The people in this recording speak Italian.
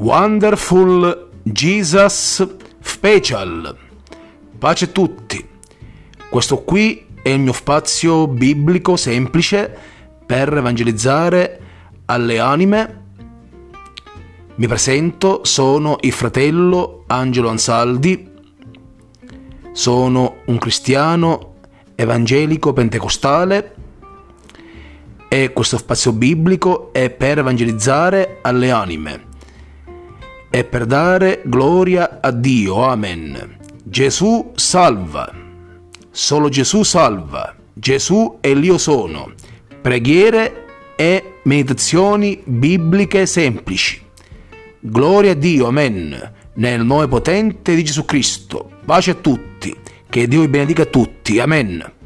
Wonderful Jesus Special. Pace a tutti. Questo qui è il mio spazio biblico semplice per evangelizzare alle anime. Mi presento, sono il fratello Angelo Ansaldi, sono un cristiano evangelico pentecostale e questo spazio biblico è per evangelizzare alle anime e per dare gloria a Dio. Amen. Gesù salva, solo Gesù salva, Gesù è l'Io sono. Preghiere e meditazioni bibliche semplici. Gloria a Dio, amen, nel nome potente di Gesù Cristo. Pace a tutti, che Dio vi benedica a tutti, amen.